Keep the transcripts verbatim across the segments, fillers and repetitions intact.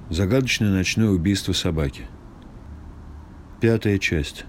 Загадочное ночное убийство собаки. Пятая часть.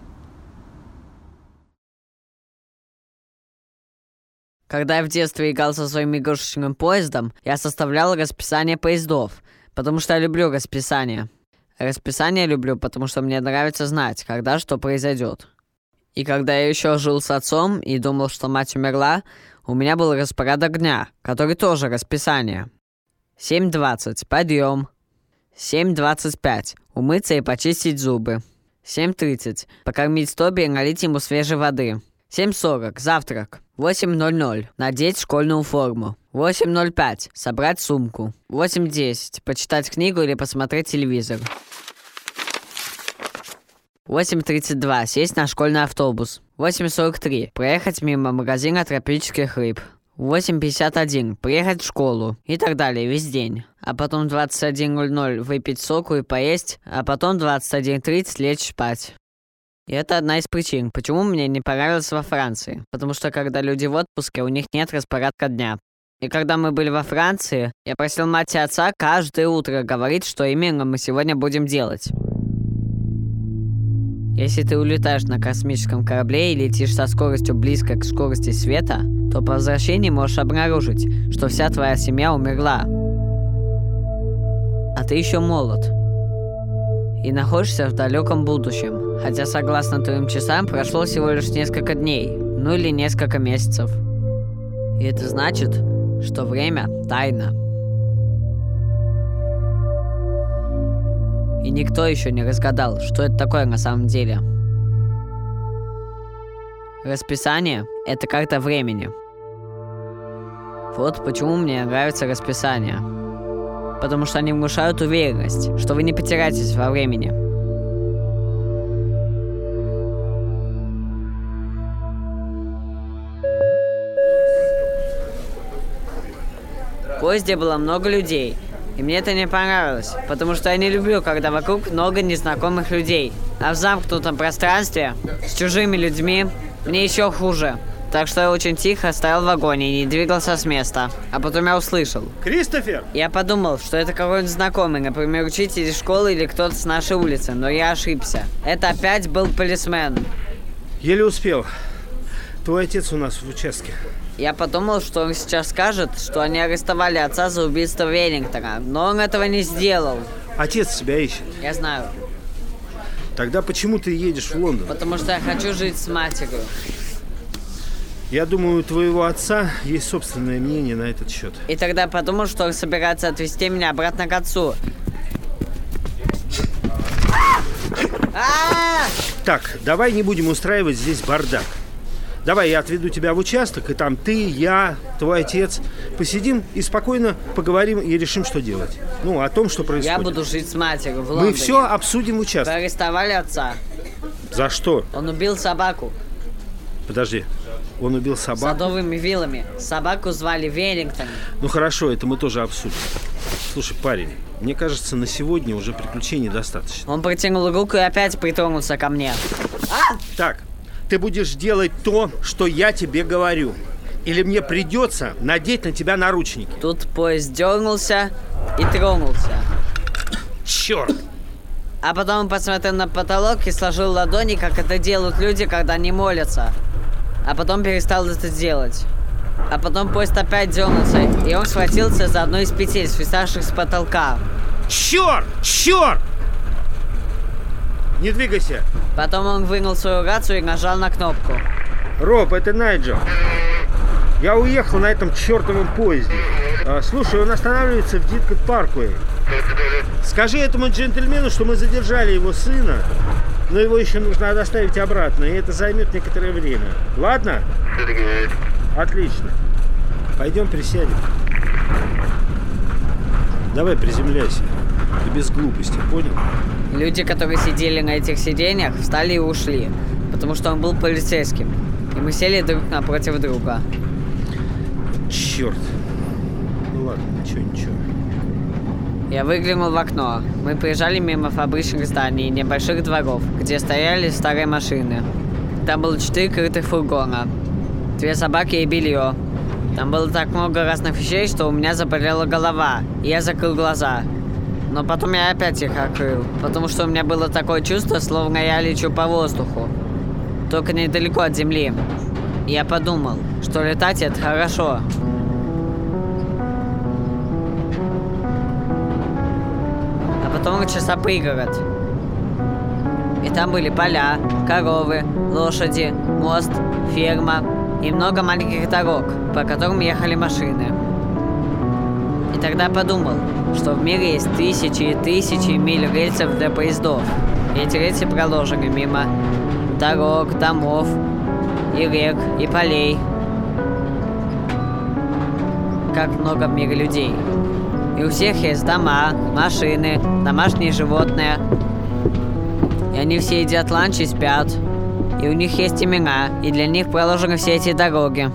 Когда я в детстве играл со своим игрушечным поездом, я составлял расписание поездов, потому что я люблю расписание. Расписание люблю, потому что мне нравится знать, когда что произойдет. И когда я еще жил с отцом и думал, что мать умерла, у меня был распорядок дня, который тоже расписание. семь двадцать – подъем. семь двадцать пять – умыться и почистить зубы. семь тридцать – покормить Тоби и налить ему свежей воды. семь сорок – завтрак. восемь ноль ноль – надеть школьную форму. восемь ноль пять – собрать сумку. восемь десять – почитать книгу или посмотреть телевизор. восемь тридцать два – сесть на школьный автобус. восемь сорок три – проехать мимо магазина тропических рыб. восемь пятьдесят один – приехать в школу. И так далее весь день. А потом в двадцать один ноль ноль выпить соку и поесть, а потом в двадцать один тридцать лечь спать. И это одна из причин, почему мне не понравилось во Франции. Потому что когда люди в отпуске, у них нет распорядка дня. И когда мы были во Франции, я просил мать и отца каждое утро говорить, что именно мы сегодня будем делать. Если ты улетаешь на космическом корабле и летишь со скоростью близкой к скорости света, то по возвращении можешь обнаружить, что вся твоя семья умерла. А ты еще молод. И находишься в далеком будущем, хотя согласно твоим часам прошло всего лишь несколько дней, ну или несколько месяцев. И это значит, что время – тайна. И никто еще не разгадал, что это такое на самом деле. Расписание – это карта времени. Вот почему мне нравится расписание. Потому что они внушают уверенность, что вы не потеряетесь во времени. В поезде было много людей, и мне это не понравилось, потому что я не люблю, когда вокруг много незнакомых людей. А в замкнутом пространстве с чужими людьми мне еще хуже. Так что я очень тихо стоял в вагоне и не двигался с места. А потом я услышал: Кристофер! Я подумал, что это какой-нибудь знакомый, например, учитель из школы или кто-то с нашей улицы, но я ошибся. Это опять был полисмен. Еле успел. Твой отец у нас в участке. Я подумал, что он сейчас скажет, что они арестовали отца за убийство Веллингтона, но он этого не сделал. Отец тебя ищет. Я знаю. Тогда почему ты едешь в Лондон? Потому что я хочу жить с матерью. Я думаю, у твоего отца есть собственное мнение на этот счет. И тогда я подумал, что он собирается отвезти меня обратно к отцу. Так, давай не будем устраивать здесь бардак. Давай я отведу тебя в участок, и там ты, я, твой отец посидим и спокойно поговорим и решим, что делать. Ну, о том, что происходит. Я буду жить с матерью в Лондоне. Мы все обсудим в участке. Вы арестовали отца. За что? Он убил собаку. Подожди. Он убил собаку? Садовыми вилами. Собаку звали Веллингтон. Ну хорошо, это мы тоже обсудим. Слушай, парень, мне кажется, на сегодня уже приключений достаточно. Он протянул руку и опять притронулся ко мне. А! Так, ты будешь делать то, что я тебе говорю. Или мне придется надеть на тебя наручники. Тут поезд дернулся и тронулся. Черт! А потом он посмотрел на потолок и сложил ладони, как это делают люди, когда они молятся. А потом перестал это делать. А потом поезд опять дернулся, и он схватился за одну из петель, свисавших с потолка. Черт! Черт! Не двигайся. Потом он вынул свою рацию и нажал на кнопку. Роб, это Найджел. Я уехал на этом чертовом поезде. А, слушай, он останавливается в Диткот Парквей. Скажи этому джентльмену, что мы задержали его сына, но его еще нужно доставить обратно, и это займет некоторое время. Ладно? Отлично. Пойдем присядем. Давай приземляйся. И без глупости, понял? Люди, которые сидели на этих сиденьях, встали и ушли, потому что он был полицейским. И мы сели друг напротив друга. Черт. Ну ладно, ничего, ничего. Я выглянул в окно. Мы проезжали мимо фабричных зданий и небольших дворов, где стояли старые машины. Там было четыре крытых фургона, две собаки и белье. Там было так много разных вещей, что у меня заболела голова, и я закрыл глаза. Но потом я опять их открыл, потому что у меня было такое чувство, словно я лечу по воздуху, только недалеко от земли. И я подумал, что летать — это хорошо. А потом начался пригород. И там были поля, коровы, лошади, мост, ферма и много маленьких дорог, по которым ехали машины. И тогда я подумал, что в мире есть тысячи и тысячи миль рельсов для поездов. И эти рельсы проложены мимо дорог, домов, и рек, и полей. Как много в мире людей. И у всех есть дома, машины, домашние животные. И они все едят ланч и спят. И у них есть имена, и для них проложены все эти дороги.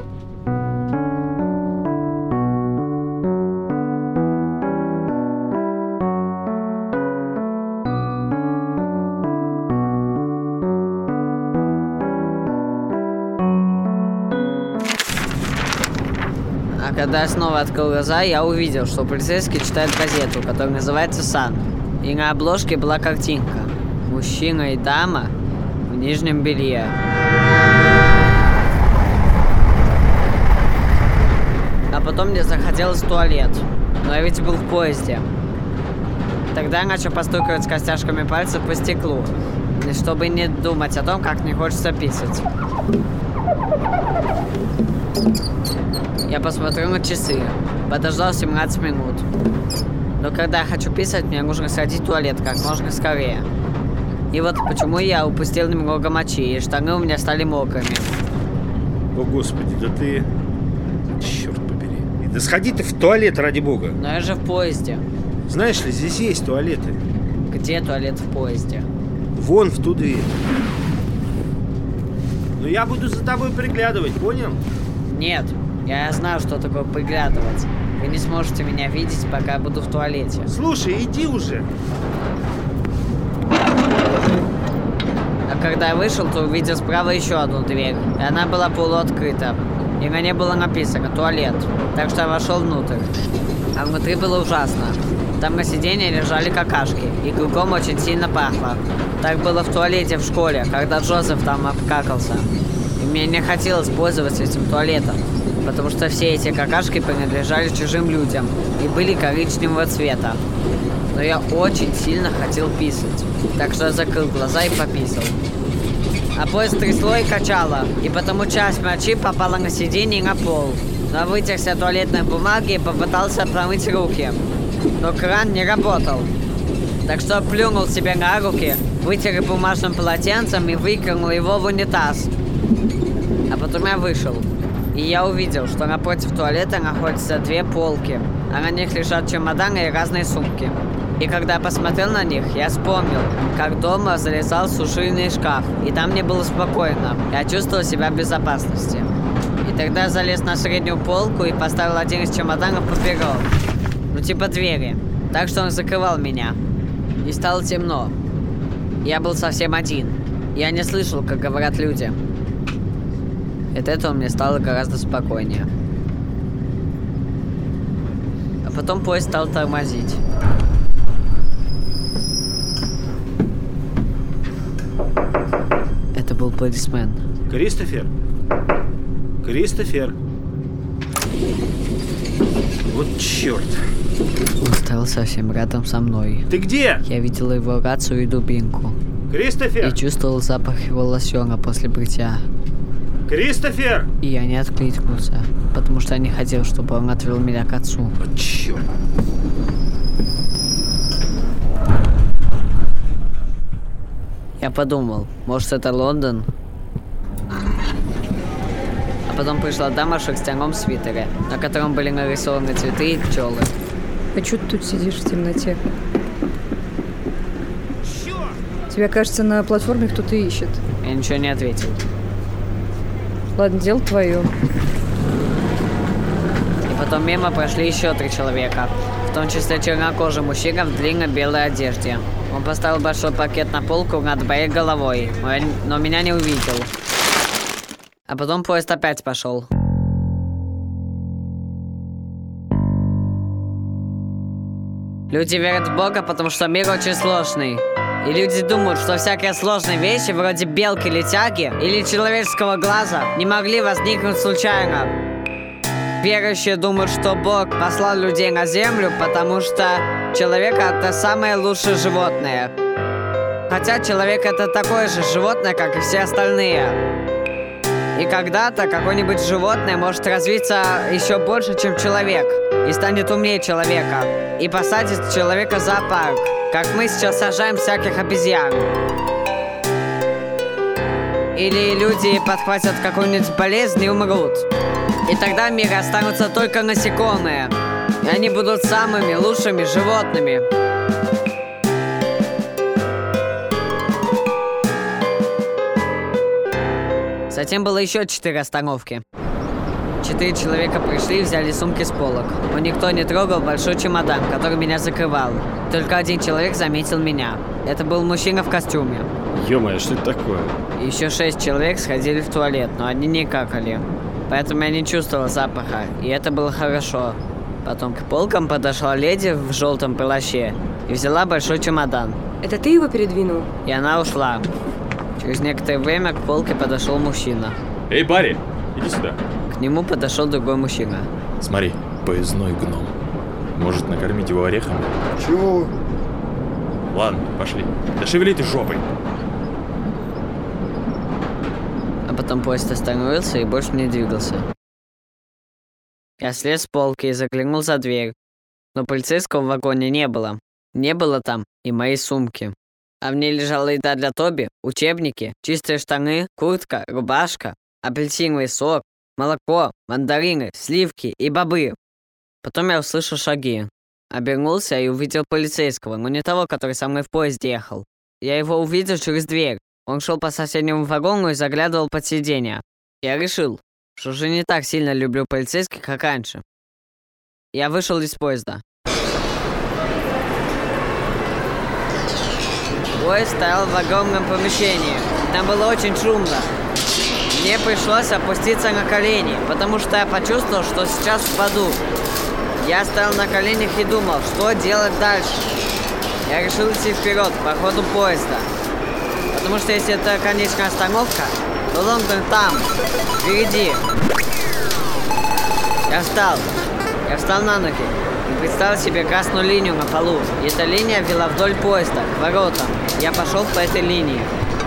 А когда я снова открыл глаза, я увидел, что полицейский читает газету, которая называется «Сан». И на обложке была картинка. Мужчина и дама в нижнем белье. А потом мне захотелось в туалет. Но я ведь был в поезде. Тогда я начал постукивать костяшками пальцев по стеклу, чтобы не думать о том, как не хочется писать. Я посмотрел на часы. Подождал семнадцать минут. Но когда я хочу писать, мне нужно сходить в туалет как можно скорее. И вот почему я упустил немного мочи, и штаны у меня стали мокрыми. О, Господи, да ты... Черт побери. Да сходи ты в туалет, ради бога. Но я же в поезде. Знаешь ли, здесь есть туалеты. Где туалет в поезде? Вон в ту дверь. Но я буду за тобой приглядывать, понял? Нет, я знаю, что такое приглядывать. Вы не сможете меня видеть, пока я буду в туалете. Слушай, иди уже. А когда я вышел, то увидел справа еще одну дверь. И она была полуоткрыта. И на ней было написано «Туалет». Так что я вошел внутрь. А внутри было ужасно. Там на сиденье лежали какашки. И кругом очень сильно пахло. Так было в туалете в школе, когда Джозеф там обкакался. И мне не хотелось пользоваться этим туалетом, потому что все эти какашки принадлежали чужим людям и были коричневого цвета. Но я очень сильно хотел писать, так что я закрыл глаза и пописал. А поезд трясло и качало, и потому часть мочи попала на сиденье и на пол. Но я вытерся туалетной бумаги и попытался промыть руки. Но кран не работал. Так что я плюнул себе на руки, вытер бумажным полотенцем и выкинул его в унитаз. А потом я вышел. И я увидел, что напротив туалета находятся две полки, а на них лежат чемоданы и разные сумки. И когда я посмотрел на них, я вспомнил, как дома залезал в сушильный шкаф, и там мне было спокойно. Я чувствовал себя в безопасности. И тогда я залез на среднюю полку и поставил один из чемоданов поперек. Ну типа двери. Так что он закрывал меня. И стало темно. Я был совсем один. Я не слышал, как говорят люди. От этого мне стало гораздо спокойнее. А потом поезд стал тормозить. Это был полисмен. Кристофер? Кристофер? Вот черт. Он стоял совсем рядом со мной. Ты где? Я видел его рацию и дубинку. Кристофер! И чувствовал запах его лосьона после бритья. Кристофер! И я не откликнулся, потому что я не хотел, чтобы он отвел меня к отцу. О, черт. Я подумал, может, это Лондон? А потом пришла дама в шерстяном свитере, на котором были нарисованы цветы и пчелы. А чё ты тут сидишь в темноте? Тебя, кажется, на платформе кто-то ищет. Я ничего не ответил. Ладно, дело твое. И потом мимо прошли еще три человека, в том числе чернокожий мужчина в длинной белой одежде. Он поставил большой пакет на полку над моей головой, но меня не увидел. А потом поезд опять пошел. Люди верят в Бога, потому что мир очень сложный. И люди думают, что всякие сложные вещи, вроде белки или тяги, или человеческого глаза, не могли возникнуть случайно. Верующие думают, что Бог послал людей на землю, потому что человек — это самое лучшее животное. Хотя человек — это такое же животное, как и все остальные. И когда-то какое-нибудь животное может развиться еще больше, чем человек, и станет умнее человека, и посадит человека в зоопарк, как мы сейчас сажаем всяких обезьян. Или люди подхватят какую-нибудь болезнь и умрут. И тогда в мире останутся только насекомые. И они будут самыми лучшими животными. Затем было еще четыре остановки. Четыре человека пришли и взяли сумки с полок. Но никто не трогал большой чемодан, который меня закрывал. Только один человек заметил меня. Это был мужчина в костюме. Ё-моё, что это такое? Еще шесть человек сходили в туалет, но они не какали. Поэтому я не чувствовал запаха, и это было хорошо. Потом к полкам подошла леди в желтом плаще и взяла большой чемодан. Это ты его передвинул? И она ушла. Через некоторое время к полке подошел мужчина. Эй, Барри, иди сюда. К нему подошел другой мужчина. Смотри, поездной гном. Может, накормить его орехами? Чего? Ладно, пошли. Да шевели ты жопой. А потом поезд остановился и больше не двигался. Я слез с полки и заглянул за дверь. Но полицейского в вагоне не было. Не было там и моей сумки. А в ней лежала еда для Тоби, учебники, чистые штаны, куртка, рубашка, апельсиновый сок, молоко, мандарины, сливки и бобы. Потом я услышал шаги. Обернулся и увидел полицейского, но не того, который со мной в поезде ехал. Я его увидел через дверь. Он шел по соседнему вагону и заглядывал под сиденье. Я решил, что уже не так сильно люблю полицейских, как раньше. Я вышел из поезда. Поезд стоял в огромном помещении. Там было очень шумно. Мне пришлось опуститься на колени, потому что я почувствовал, что сейчас упаду. Я стоял на коленях и думал, что делать дальше. Я решил идти вперед по ходу поезда. Потому что если это конечная остановка, то Лондон там, впереди. Я встал. Я встал на ноги и представил себе красную линию на полу. И эта линия вела вдоль поезда, к воротам. Я пошел по этой линии.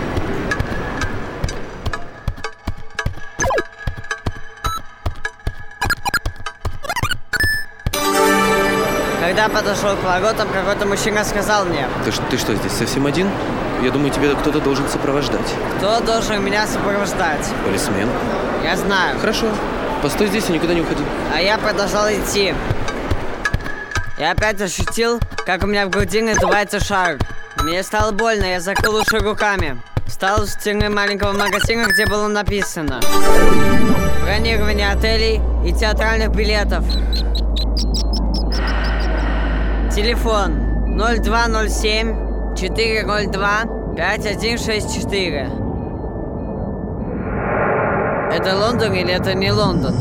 Когда подошел к воротам, какой-то мужчина сказал мне: Ты, ты что, здесь совсем один? Я думаю, тебе кто-то должен сопровождать. Кто должен меня сопровождать? Полисмен. Я знаю. Хорошо. Постой здесь и никуда не уходи. А я продолжал идти. Я опять ощутил, как у меня в груди надувается шар. Мне стало больно, я закрыл уши руками. Встал у стены маленького магазина, где было написано: бронирование отелей и театральных билетов. Телефон ноль два ноль семь четыре ноль два пять один шесть четыре. Это Лондон или это не Лондон?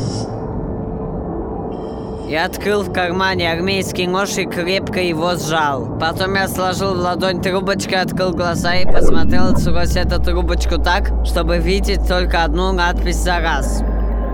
Я открыл в кармане армейский нож и крепко его сжал. Потом я сложил в ладонь трубочкой, открыл глаза и посмотрел сквозь эту трубочку так, чтобы видеть только одну надпись за раз.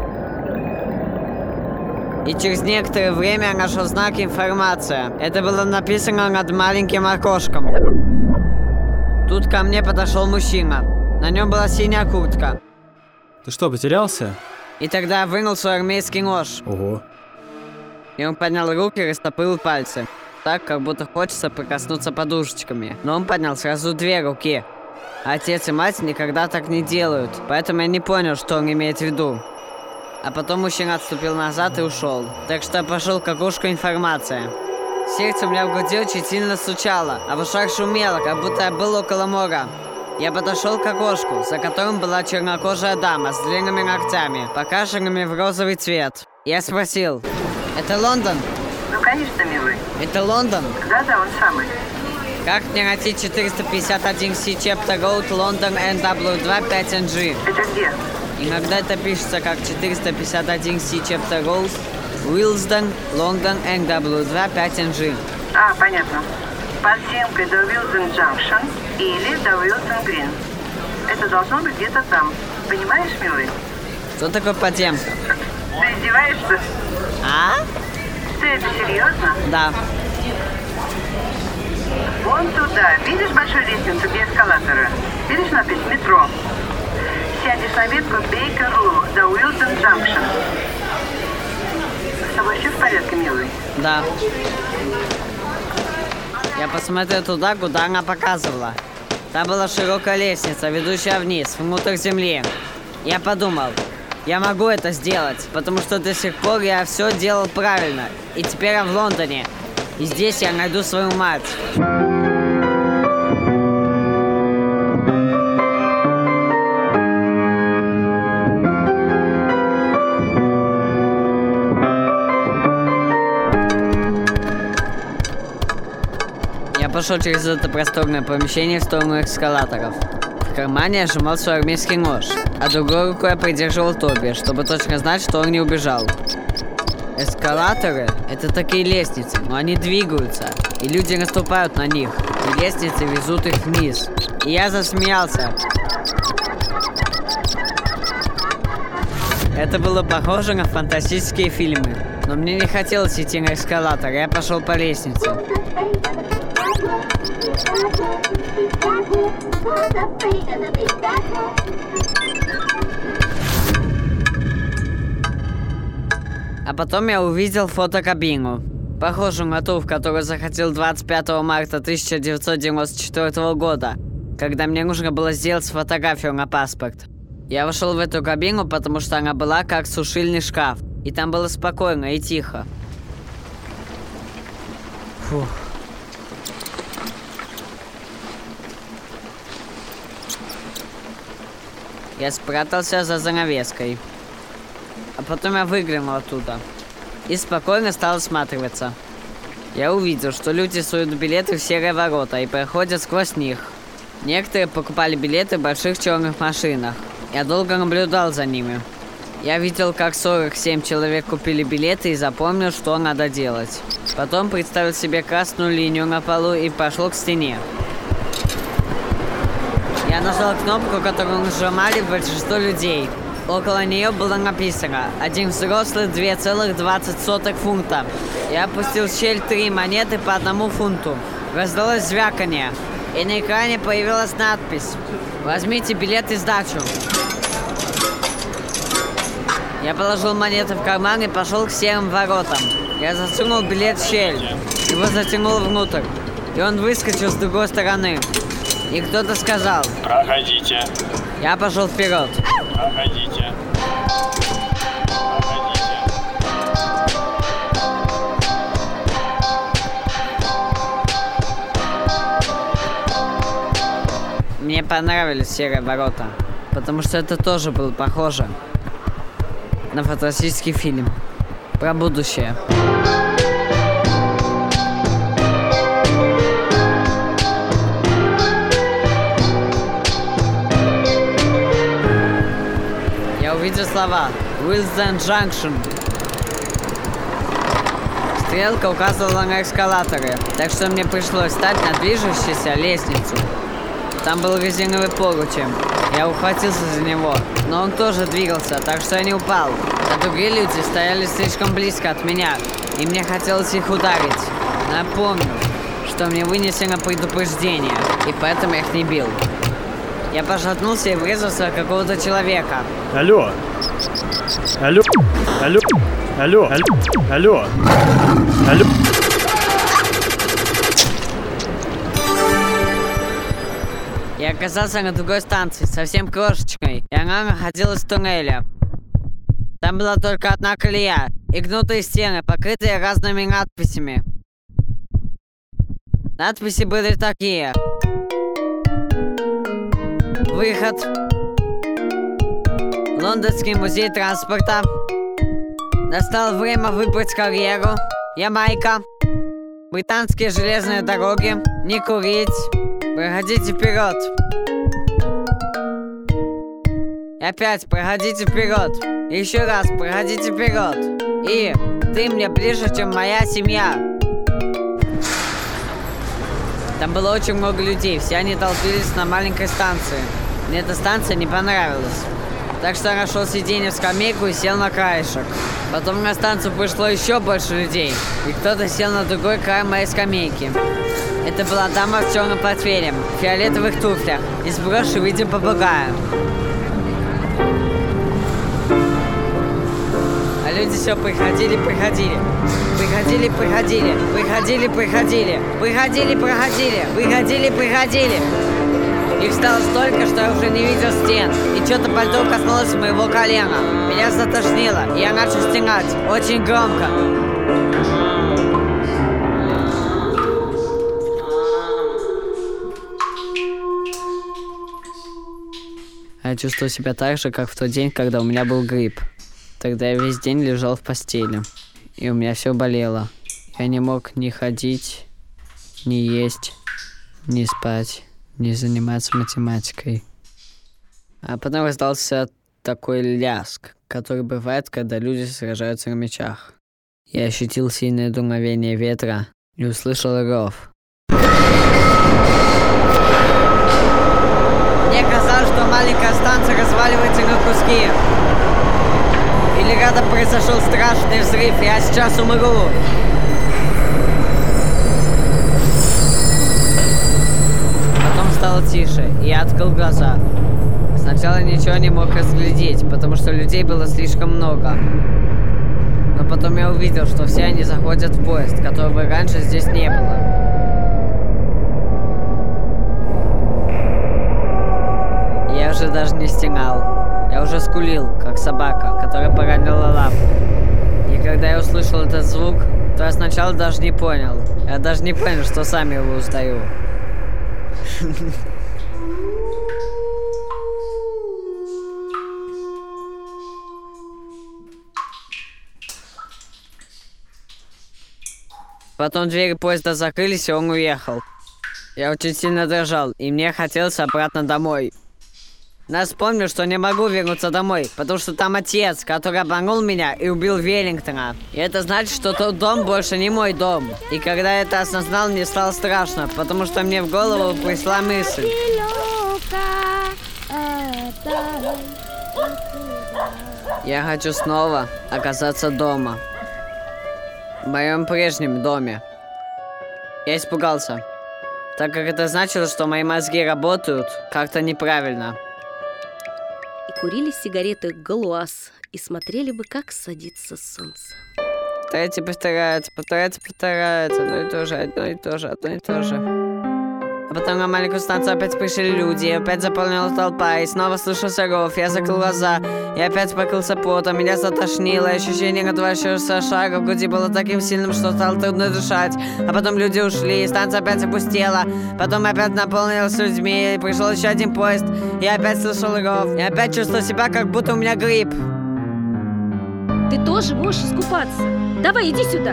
И через некоторое время я нашел знак «Информация». Это было написано над маленьким окошком. Тут ко мне подошел мужчина. На нем была синяя куртка. Ты что, потерялся? И тогда я вынул свой армейский нож. Ого. И он поднял руки и растопырил пальцы. Так, как будто хочется прикоснуться подушечками. Но он поднял сразу две руки. Отец и мать никогда так не делают. Поэтому я не понял, что он имеет в виду. А потом мужчина отступил назад и ушел. Так что я пошел к окошку «Информация». Сердце у меня в груди очень сильно стучало, а в ушах шумело, как будто я был около моря. Я подошел к окошку, за которым была чернокожая дама с длинными ногтями, покрашенными в розовый цвет. Я спросил: «Это Лондон?» Ну, конечно, милый. «Это Лондон?» Да-да, он самый. Как мне найти четыреста пятьдесят один Си Chapter Road, Лондон, Эн Дабл ю два пять Эн Джи? Это где? Иногда это пишется как четыреста пятьдесят один Си Chapter Road, Уилсден, Лондон, Эн Дабл ю два пять Эн Джи. А, понятно. Подземкой до Уилсон Джанкшн или до Уилсон Грин. Это должно быть где-то там. Понимаешь, милый? Что такое подземка? Ты издеваешься? А? Ты это серьезно? Да. Вон туда. Видишь большую лестницу без эскалатора? Видишь надпись «Метро»? Сядешь на ветку Бейкер-Лу до Уилсон Джанкшн. С тобой все в порядке, милый? Да. Я посмотрел туда, куда она показывала. Там была широкая лестница, ведущая вниз, внутрь земли. Я подумал, я могу это сделать, потому что до сих пор я все делал правильно. И теперь я в Лондоне. И здесь я найду свою мать. Я пошел через это просторное помещение в сторону эскалаторов. В кармане я сжимал свой армейский нож, а другой рукой я придерживал Тоби, чтобы точно знать, что он не убежал. Эскалаторы — это такие лестницы, но они двигаются, и люди наступают на них, и лестницы везут их вниз. И я засмеялся. Это было похоже на фантастические фильмы, но мне не хотелось идти на эскалатор, я пошел по лестнице. А потом я увидел фотокабину, похожую на ту, в которую заходил двадцать пятого марта тысяча девятьсот девяносто четвёртого года, когда мне нужно было сделать фотографию на паспорт. Я вошел в эту кабину, потому что она была как сушильный шкаф, и там было спокойно и тихо. Фух. Я спрятался за занавеской. А потом я выглянул оттуда и спокойно стал осматриваться. Я увидел, что люди суют билеты в серые ворота и проходят сквозь них. Некоторые покупали билеты в больших черных машинах. Я долго наблюдал за ними. Я видел, как сорок семь человек купили билеты и запомнил, что надо делать. Потом представил себе красную линию на полу и пошел к стене. Я нажал кнопку, которую нажимали большинство людей. Около нее было написано «Один взрослый, две целых двадцать сотых фунта». Я опустил в щель три монеты по одному фунту. Раздалось звяканье, и на экране появилась надпись «Возьмите билет и сдачу». Я положил монеты в карман и пошел к серым воротам. Я засунул билет в щель, его затянуло внутрь, и он выскочил с другой стороны. И кто-то сказал «Проходите». Я пошел вперед. Проходите. Проходите. Мне понравились серые ворота, потому что это тоже было похоже на фантастический фильм про будущее. Увидел слова «Уилсон Джанкшн». Стрелка указывала на эскалаторы, так что мне пришлось встать на движущуюся лестницу. Там был резиновый поручень. Я ухватился за него, но он тоже двигался, так что я не упал. А другие люди стояли слишком близко от меня, и мне хотелось их ударить. Но я помню, что мне вынесено предупреждение, и поэтому я их не бил. Я пошатнулся и врезался в какого-то человека. Алло. Алло. Алло. Алло. Алло. Алло. Алло. Я оказался на другой станции, совсем крошечной, и она находилась в туннеле. Там была только одна колея и гнутые стены, покрытые разными надписями. Надписи были такие: выход, Лондонский музей транспорта, настало время выбрать карьеру, Ямайка, британские железные дороги, не курить, проходите вперед. И опять проходите вперед. И еще раз проходите вперед. И ты мне ближе, чем моя семья. Там было очень много людей, все они толпились на маленькой станции. Мне эта станция не понравилась. Так что я нашел сиденье в скамейку и сел на краешек. Потом на станцию пришло еще больше людей, и кто-то сел на другой край моей скамейки. Это была дама в черном портфеле, в фиолетовых туфлях и с брошью в виде попугая. А люди все приходили, приходили. Приходили, приходили. Приходили, приходили. Приходили, приходили. Приходили, приходили. Их стало столько, что я уже не видел стен. И что-то пальто коснулось моего колена. Меня затошнило, и я начал стенать. Очень громко. Я чувствовал себя так же, как в тот день, когда у меня был грипп. Тогда я весь день лежал в постели, и у меня все болело. Я не мог ни ходить, ни есть, ни спать, ни заниматься математикой. А потом раздался такой ляск, который бывает, когда люди сражаются на мечах. Я ощутил сильное дуновение ветра и услышал рев. Мне казалось, что маленькая станция разваливается на куски. Или рядом произошел страшный взрыв, я сейчас умру. Потом стало тише, и я открыл глаза. Сначала ничего не мог разглядеть, потому что людей было слишком много. Но потом я увидел, что все они заходят в поезд, которого раньше здесь не было. Я уже даже не стенал. Я уже скулил, как собака, которая поранила лапу. И когда я услышал этот звук, то я сначала даже не понял. Я даже не понял, что сам его узнаю. Потом двери поезда закрылись, и он уехал. Я очень сильно дрожал, и мне хотелось обратно домой. Но вспомнил, что не могу вернуться домой, потому что там отец, который обманул меня и убил Веллингтона. И это значит, что тот дом больше не мой дом. И когда я это осознал, мне стало страшно, потому что мне в голову пришла мысль. Я хочу снова оказаться дома. В моем прежнем доме. Я испугался, так как это значило, что мои мозги работают как-то неправильно. И курили сигареты галуаз, и смотрели бы, как садится солнце. Повторяется, повторяется, повторяется, повторяется. Одно и то же, одно и то же, одно и то же. А потом на маленькую станцию опять пришли люди, и опять заполнила толпа, и снова слышался рев. Я закрыл глаза, и опять покрылся потом, меня затошнило, ощущение надвающегося шага в груди было таким сильным, что стало трудно дышать. А потом люди ушли, и станция опять опустела, потом опять наполнилась людьми, и пришел еще один поезд, и я опять слышал рев, и опять чувствовал себя, как будто у меня грипп. Ты тоже можешь искупаться. Давай, иди сюда.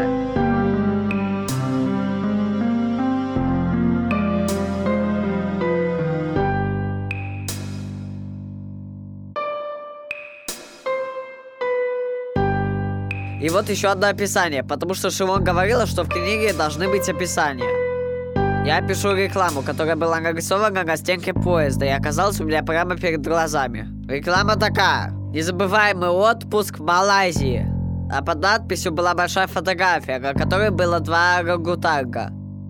И вот еще одно описание, потому что Шимон говорила, что в книге должны быть описания. Я пишу рекламу, которая была нарисована на стенке поезда и оказалась у меня прямо перед глазами. Реклама такая: незабываемый отпуск в Малайзии. А под надписью была большая фотография, на которой было два орангутанга.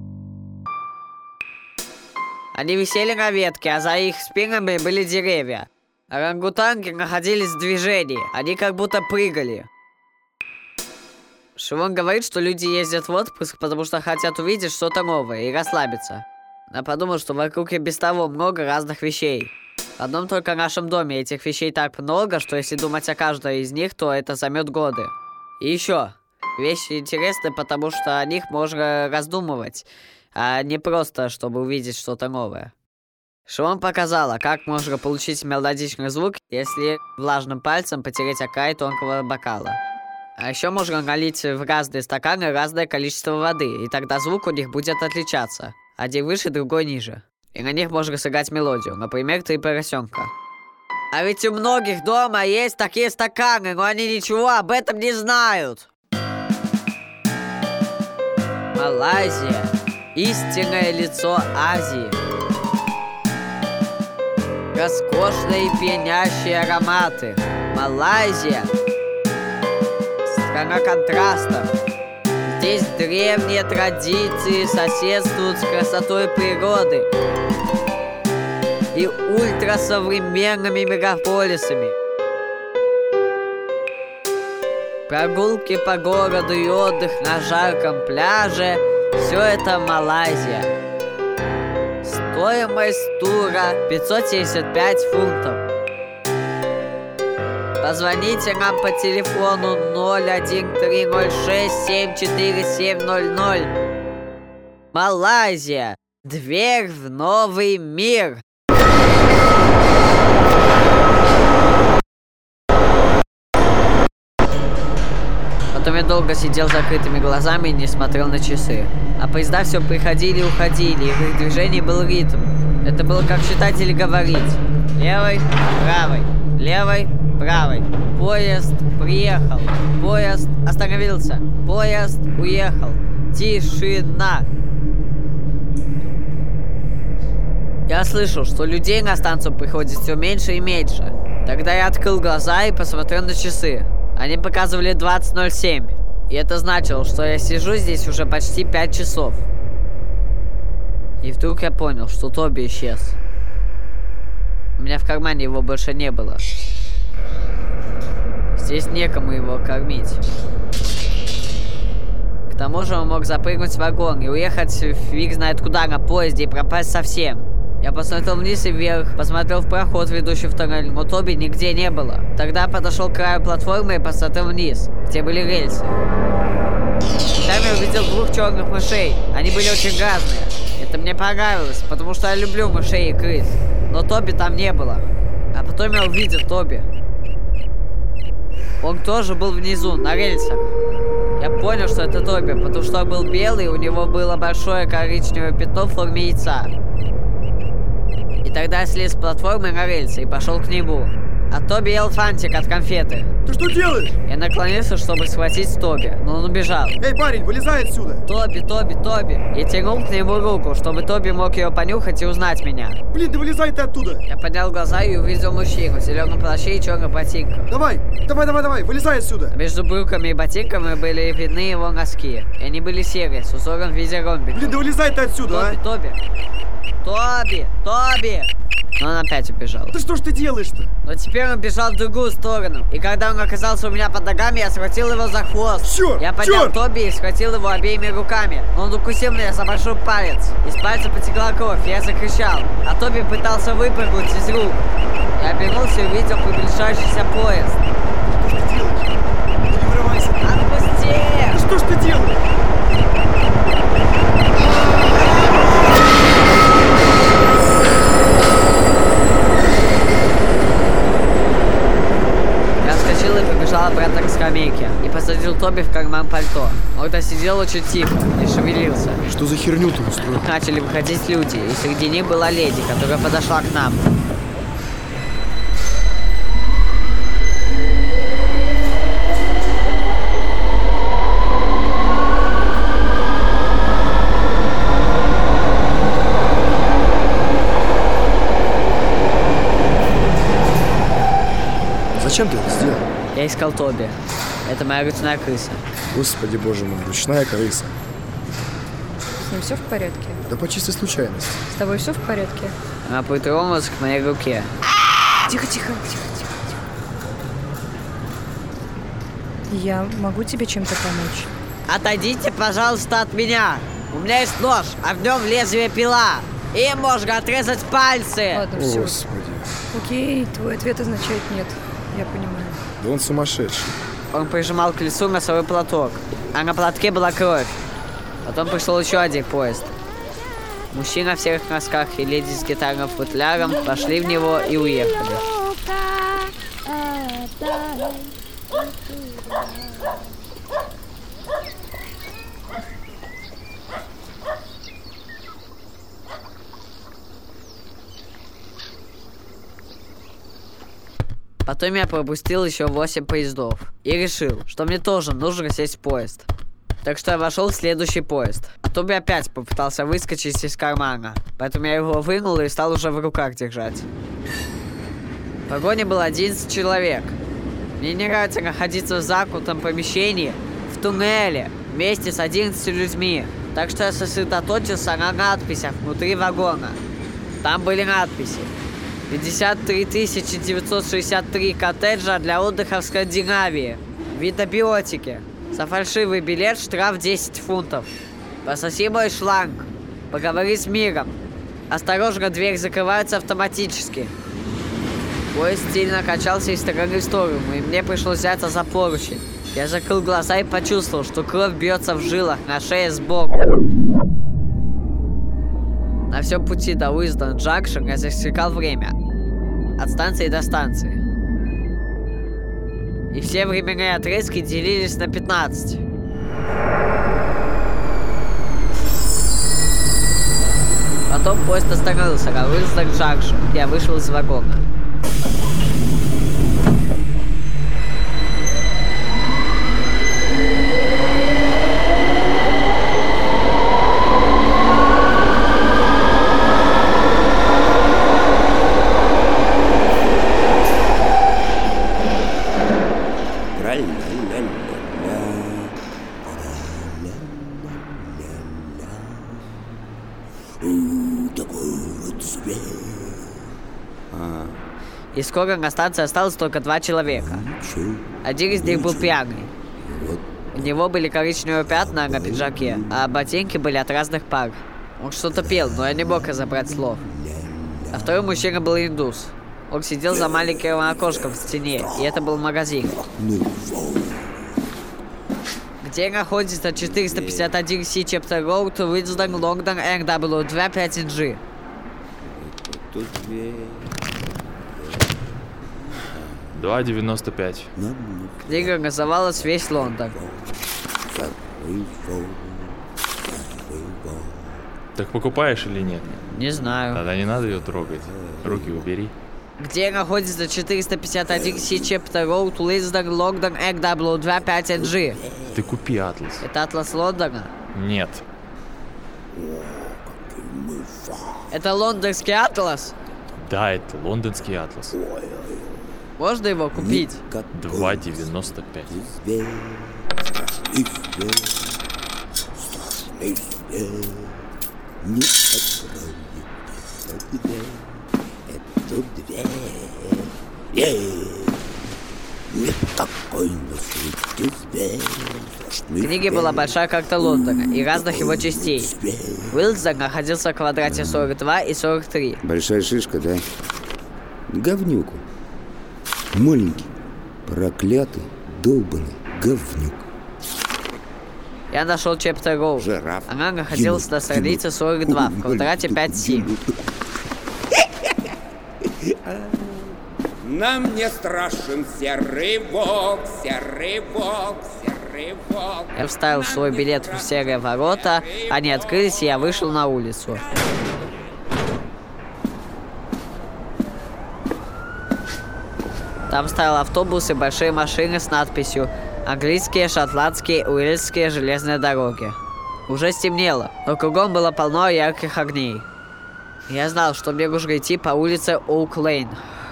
Они висели на ветке, а за их спинами были деревья. Орангутанги находились в движении, они как будто прыгали. Шимон говорит, что люди ездят в отпуск, потому что хотят увидеть что-то новое и расслабиться. Я подумал, что вокруг и без того много разных вещей. В одном только нашем доме этих вещей так много, что если думать о каждой из них, то это займет годы. И еще, вещи интересны, потому что о них можно раздумывать, а не просто, чтобы увидеть что-то новое. Шимон показала, как можно получить мелодичный звук, если влажным пальцем потереть о край тонкого бокала. А еще можно налить в разные стаканы разное количество воды, и тогда звук у них будет отличаться. Один выше, другой ниже. И на них можно сыграть мелодию, например, «Три поросенка». А ведь у многих дома есть такие стаканы, но они ничего об этом не знают. Малайзия. истинное лицо Азии. Роскошные пьянящие ароматы. Малайзия. Страна контрастов. Здесь древние традиции соседствуют с красотой природы и ультрасовременными мегаполисами. Прогулки по городу и отдых на жарком пляже – все это Малайзия. Стоимость тура пятьсот семьдесят пять фунтов. Позвоните нам по телефону ноль один три ноль шесть семь четыре семь ноль ноль. Малайзия. Дверь в новый мир. Потом я долго сидел с закрытыми глазами и не смотрел на часы. А поезда все приходили и уходили, и в их движении был ритм. Это было как читать или говорить. Левой, правой, левой, правой. Поезд приехал. Поезд остановился. Поезд уехал. Тишина. Я слышал, что людей на станцию приходит все меньше и меньше. Тогда я открыл глаза и посмотрел на часы. Они показывали двадцать ноль семь. И это значило, что я сижу здесь уже почти пять часов. И вдруг я понял, что Тоби исчез. У меня в кармане его больше не было. Здесь некому его кормить. К тому же он мог запрыгнуть в вагон и уехать фиг знает куда на поезде и пропасть совсем. Я посмотрел вниз и вверх, посмотрел в проход, ведущий в тоннель, но Тоби нигде не было. Тогда я подошел к краю платформы и посмотрел вниз, где были рельсы. Там я увидел двух черных мышей. Они были очень разные. Это мне понравилось, потому что я люблю мышей и крыс. Но Тоби там не было. А потом я увидел Тоби. Он тоже был внизу, на рельсах. Я понял, что это Тоби, потому что он был белый, и у него было большое коричневое пятно в форме яйца. И тогда я слез с платформы на рельсы и пошел к нему. А Тоби ел фантик от конфеты. Ты что делаешь? Я наклонился, чтобы схватить Тоби, но он убежал. Эй, парень, вылезай отсюда! Тоби, Тоби, Тоби. Я тянул к нему руку, чтобы Тоби мог ее понюхать и узнать меня. Блин, да вылезай ты оттуда! Я поднял глаза и увидел мужчину в зеленом плаще и черных ботинках. Давай, давай, давай, давай, вылезай отсюда! А между брюками и ботинками были видны его носки. И они были серые, с узором в виде ромбика. Блин, да вылезай ты отсюда, Тоби, а! Тоби, Тоби, Тоби! Но он опять убежал. Да что ж ты делаешь-то? Но теперь он бежал в другую сторону. И когда он оказался у меня под ногами, я схватил его за хвост. Черт! Я поднял Черт! Тоби и схватил его обеими руками. Но он укусил меня за большой палец. Из пальца потекла кровь, и я закричал. А Тоби пытался выпрыгнуть из рук. Я обернулся и увидел приближающийся поезд. Что ж ты делаешь? Не вырывайся! Отпусти! Да что ж ты делаешь? Побежал обратно к скамейке и посадил Тоби в карман пальто. Он там сидел очень тихо, не шевелился. Что за херню ты устроил? Начали выходить люди, и среди них была леди, которая подошла к нам. Зачем ты это сделал? Я искал Тоби. Это моя ручная крыса. Господи боже мой, ручная крыса. С ним все в порядке? Да по чистой случайности. С тобой все в порядке? Она притронулась к моей руке. Тихо, тихо, тихо, тихо, тихо. Я могу тебе чем-то помочь? Отойдите, пожалуйста, от меня. У меня есть нож, а в нем лезвие пила. Им можно отрезать пальцы. Ладно, все. Господи. Окей, твой ответ означает нет. Я понимаю. Да он сумасшедший. Он прижимал к лицу носовой платок, а на платке была кровь. Потом пришел еще один поезд. Мужчина в серых носках и леди с гитарным футляром пошли в него и уехали. Потом я пропустил еще восемь поездов и решил, что мне тоже нужно сесть в поезд. Так что я вошел в следующий поезд. А Тоби опять попытался выскочить из кармана. Поэтому я его вынул и стал уже в руках держать. В вагоне было одиннадцать человек. Мне не нравится находиться в закутом помещении, в туннеле, вместе с одиннадцатью людьми. Так что я сосредоточился на надписях внутри вагона. Там были надписи. пятьдесят три тысячи девятьсот шестьдесят три коттеджа для отдыха в Скандинавии. Витабиотики. За фальшивый билет штраф десять фунтов. Пососи мой шланг. Поговори с миром. Осторожно, дверь закрывается автоматически. Поезд сильно качался из стороны в сторону, и мне пришлось взяться за поручень. Я закрыл глаза и почувствовал, что кровь бьется в жилах на шее сбоку. На всем пути до Уиздон Джакшн я засекал время. От станции до станции. И все временные отрезки делились на пятнадцать. Потом поезд остановился на Уиздон Джакшн. Я вышел из вагона. И скоро на станции осталось только два человека. Один из них был пьяный. У него были коричневые пятна на пиджаке, а ботинки были от разных пар. Он что-то пел, но я не мог разобрать слов. А второй мужчина был индус. Он сидел за маленьким окошком в стене, и это был магазин. Где находится четыреста пятьдесят один Си Чептер Роуд, Уиздон, Лондон, эр дабл ю два пять эн джи. два девяносто пять. Книга называлась «Весь Лондон». Так покупаешь или нет? Не знаю. Тогда не надо ее трогать. Руки убери. Где находится четыреста пятьдесят один Си Чептер Роуд, Уиздон, Лондон, эр дабл ю два пять эн джи. Ты купи атлас. Это атлас Лондона? Нет. Это лондонский атлас? Да, это лондонский атлас. Можно его купить? два девяносто пять. В книге была большая карта Лондона и разных его частей. Уилдзон находился в квадрате сорок два и сорок три. Большая шишка, да? Говнюку. Маленький, проклятый, долбанный говнюк. Я нашел Чептер Роуд. Она находилась на странице сорок два, в квадрате пять Си. Нам не страшен серый волк, серый волк, серый волк. Я вставил свой билет в серые ворота, они открылись, и я вышел на улицу. Там стоял автобус и большие машины с надписью «Английские, шотландские, уэльские железные дороги». Уже стемнело, но кругом было полно ярких огней. Я знал, что мне нужно идти по улице Оук-Лейн.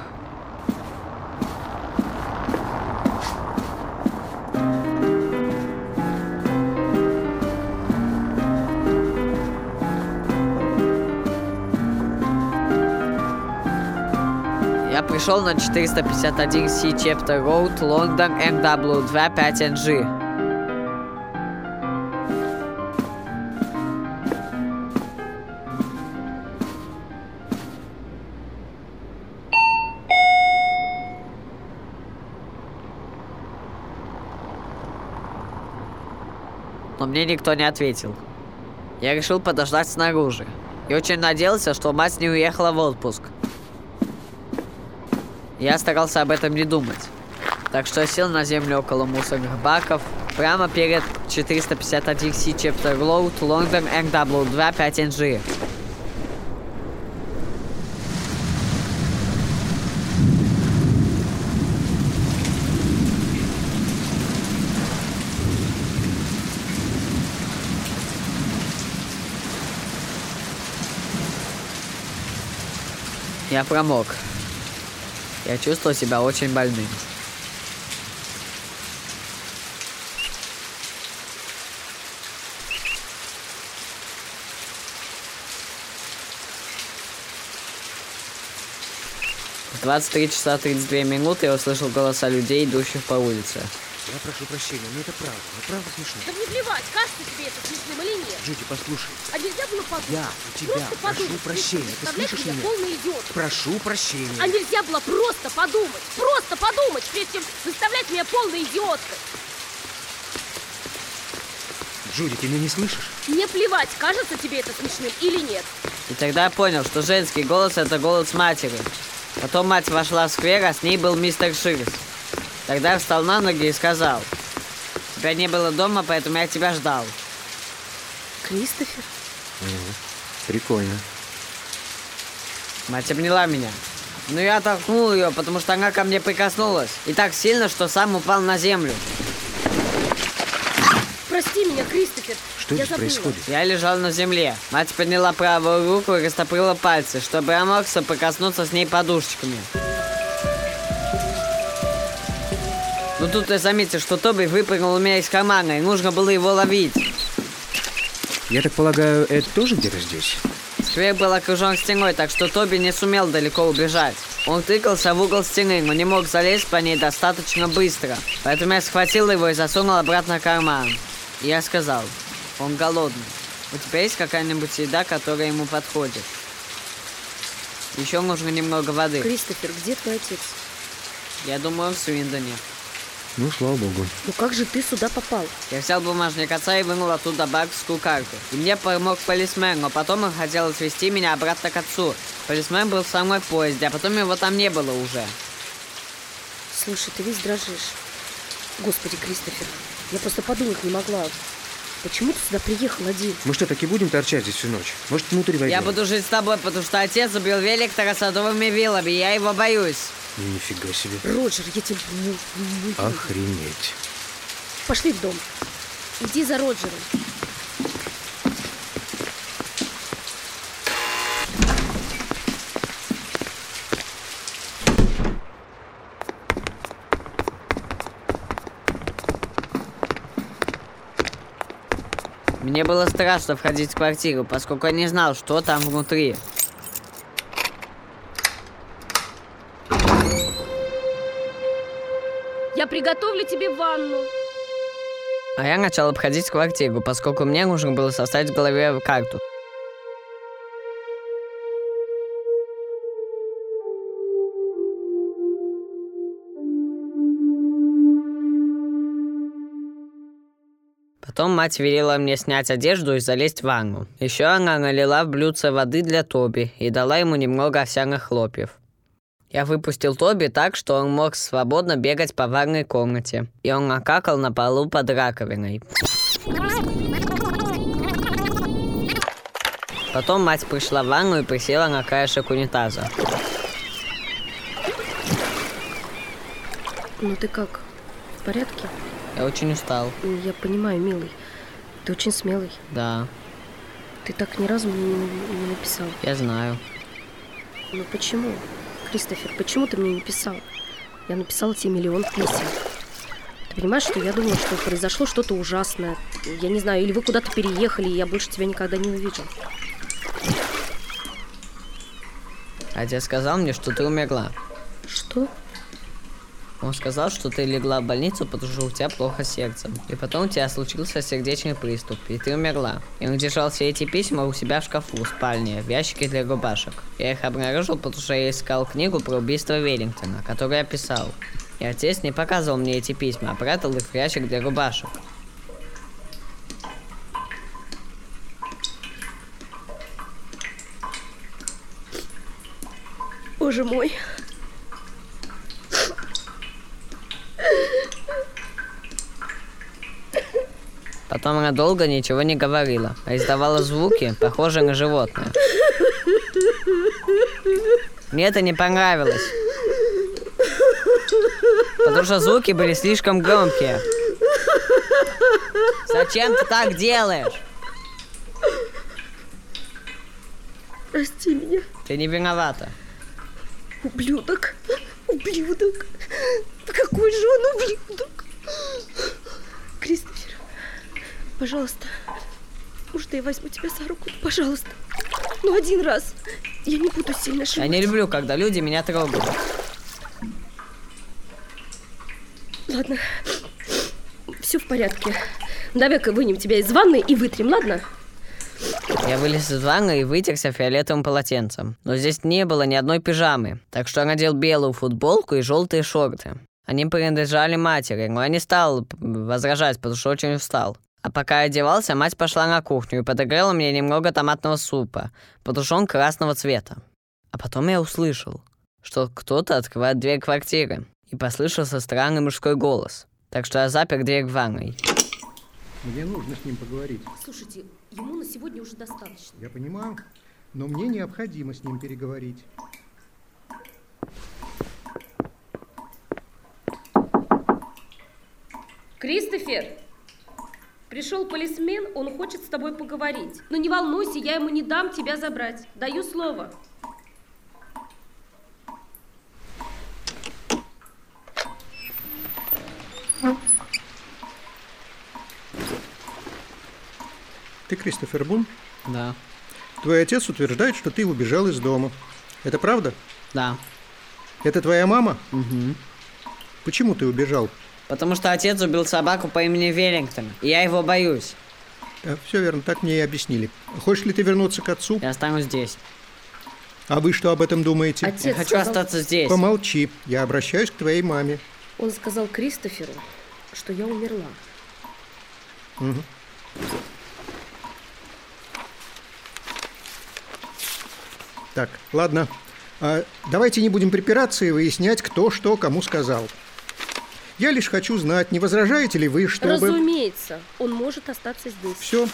Я пришел на четыреста пятьдесят один Си Чептер Роуд, Лондон, эр дабл ю два пять эн джи. Но мне никто не ответил. Я решил подождать снаружи. И очень надеялся, что мать не уехала в отпуск. Я старался об этом не думать. Так что я сел на землю около мусорных баков, прямо перед четыреста пятьдесят один Си Чептер Роуд, Лондон, эр дабл ю два пять эн джи. Я промок. Я чувствовал себя очень больным. В двадцать три часа тридцать две минуты я услышал голоса людей, идущих по улице. Я прошу прощения, но это правда. Это правда смешно. Да мне плевать, кажется тебе это смешным или нет. Джуди, послушай. А нельзя было подумать? Я у тебя просто прошу подумать. прощения. Ты слышишь меня? Полный идиот. Прошу прощения. А нельзя было просто подумать. Просто подумать, прежде чем выставлять меня полной идиоткой. Джуди, ты меня не слышишь? Мне плевать, кажется тебе это смешным или нет. И тогда я понял, что женский голос — это голос матери. Потом мать вошла в сквер, а с ней был мистер Ширс. Тогда я встал на ноги и сказал: тебя не было дома, поэтому я тебя ждал. Кристофер? Угу. Прикольно. Мать обняла меня. Но я толкнул ее, потому что она ко мне прикоснулась. И так сильно, что сам упал на землю. Прости меня, Кристофер. Что здесь происходит? Я лежал на земле. Мать подняла правую руку и растопырила пальцы, чтобы я мог соприкоснуться с ней подушечками. Но тут я заметил, что Тоби выпрыгнул у меня из кармана, и нужно было его ловить. Я так полагаю, это тоже где-то здесь? Сквер был окружен стеной, так что Тоби не сумел далеко убежать. Он тыкался в угол стены, но не мог залезть по ней достаточно быстро. Поэтому я схватил его и засунул обратно в карман. И я сказал: он голодный. У тебя есть какая-нибудь еда, которая ему подходит? Еще нужно немного воды. Кристофер, где твой отец? Я думаю, он в Свиндоне. Ну, слава богу. Ну как же ты сюда попал? Я взял бумажник отца и вынул оттуда банковскую карту. И мне помог полисмен, но потом он хотел отвезти меня обратно к отцу. Полисмен был со мной в поезде, а потом его там не было уже. Слушай, ты весь дрожишь. Господи, Кристофер, я просто подумать не могла. Почему ты сюда приехал один? Мы что, так и будем торчать здесь всю ночь? Может, внутрь войдем? Я буду жить с тобой, потому что отец убил Великтора садовыми вилами, и я его боюсь. Нифига себе. Роджер, я тебе... Охренеть. Пошли в дом. Иди за Роджером. Мне было страшно входить в квартиру, поскольку я не знал, что там внутри. Я приготовлю тебе ванну. А я начал обходить квартиру, поскольку мне нужно было составить в голове карту. Потом мать велела мне снять одежду и залезть в ванну. Еще она налила в блюдце воды для Тоби и дала ему немного овсяных хлопьев. Я выпустил Тоби так, что он мог свободно бегать по ванной комнате. И он накакал на полу под раковиной. Потом мать пришла в ванну и присела на краешек унитаза. Ну ты как? В порядке? Я очень устал. Я понимаю, милый. Ты очень смелый. Да. Ты так ни разу мне не, не написал. Я знаю. Ну почему? Кристофер, почему ты мне не писал? Я написала тебе миллион писем. Ты понимаешь, что я думала, что произошло что-то ужасное. Я не знаю, или вы куда-то переехали, и я больше тебя никогда не увижу. Отец сказал мне, что ты умерла. Что? Он сказал, что ты легла в больницу, потому что у тебя плохо с сердцем. И потом у тебя случился сердечный приступ, и ты умерла. И он держал все эти письма у себя в шкафу, в спальне, в ящике для рубашек. Я их обнаружил, потому что я искал книгу про убийство Веллингтона, которую я писал. И отец не показывал мне эти письма, а прятал их в ящик для рубашек. Боже мой. Потом она долго ничего не говорила, а издавала звуки, похожие на животное. Мне это не понравилось, потому что звуки были слишком громкие. Зачем ты так делаешь? Прости меня. Ты не виновата. Ублюдок. Ублюдок. Какой же он ублюдок. Кристофер, пожалуйста, может, я возьму тебя за руку? Пожалуйста. Ну, один раз. Я не буду сильно шуметь. Я не люблю, когда люди меня трогают. Ладно. Все в порядке. Давай-ка вынем тебя из ванны и вытрем, ладно? Я вылез из ванны и вытерся фиолетовым полотенцем. Но здесь не было ни одной пижамы, так что я надел белую футболку и желтые шорты. Они принадлежали матери, но я не стал возражать, потому что очень устал. А пока я одевался, мать пошла на кухню и подогрела мне немного томатного супа, потушен красного цвета. А потом я услышал, что кто-то открывает дверь квартиры, и послышался странный мужской голос. Так что я запер дверь в ванной. Мне нужно с ним поговорить. Слушайте, ему на сегодня уже достаточно. Я понимаю, но мне необходимо с ним переговорить. Кристофер, пришел полисмен, он хочет с тобой поговорить. Но не волнуйся, я ему не дам тебя забрать. Даю слово. Ты Кристофер Бун? Да. Твой отец утверждает, что ты убежал из дома. Это правда? Да. Это твоя мама? Угу. Почему ты убежал? Потому что отец убил собаку по имени Веллингтон, и я его боюсь. Да, все верно, так мне и объяснили. Хочешь ли ты вернуться к отцу? Я останусь здесь. А вы что об этом думаете? Отец я хочу сказал... остаться здесь. Помолчи, я обращаюсь к твоей маме. Он сказал Кристоферу, что я умерла. Угу. Так, ладно. А, давайте не будем припираться и выяснять, кто что кому сказал. Я лишь хочу знать, не возражаете ли вы, чтобы... Разумеется, он может остаться здесь. Все.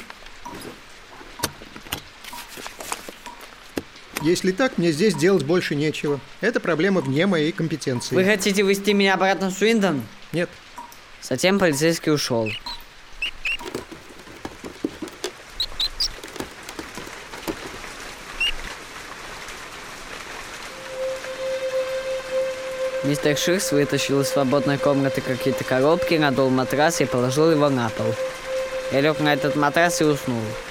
Если так, мне здесь делать больше нечего. Это проблема вне моей компетенции. Вы хотите везти меня обратно в Суиндон? Нет. Затем полицейский ушел. Мистер Ширс вытащил из свободной комнаты какие-то коробки, надул матрас и положил его на пол. Я лег на этот матрас и уснул.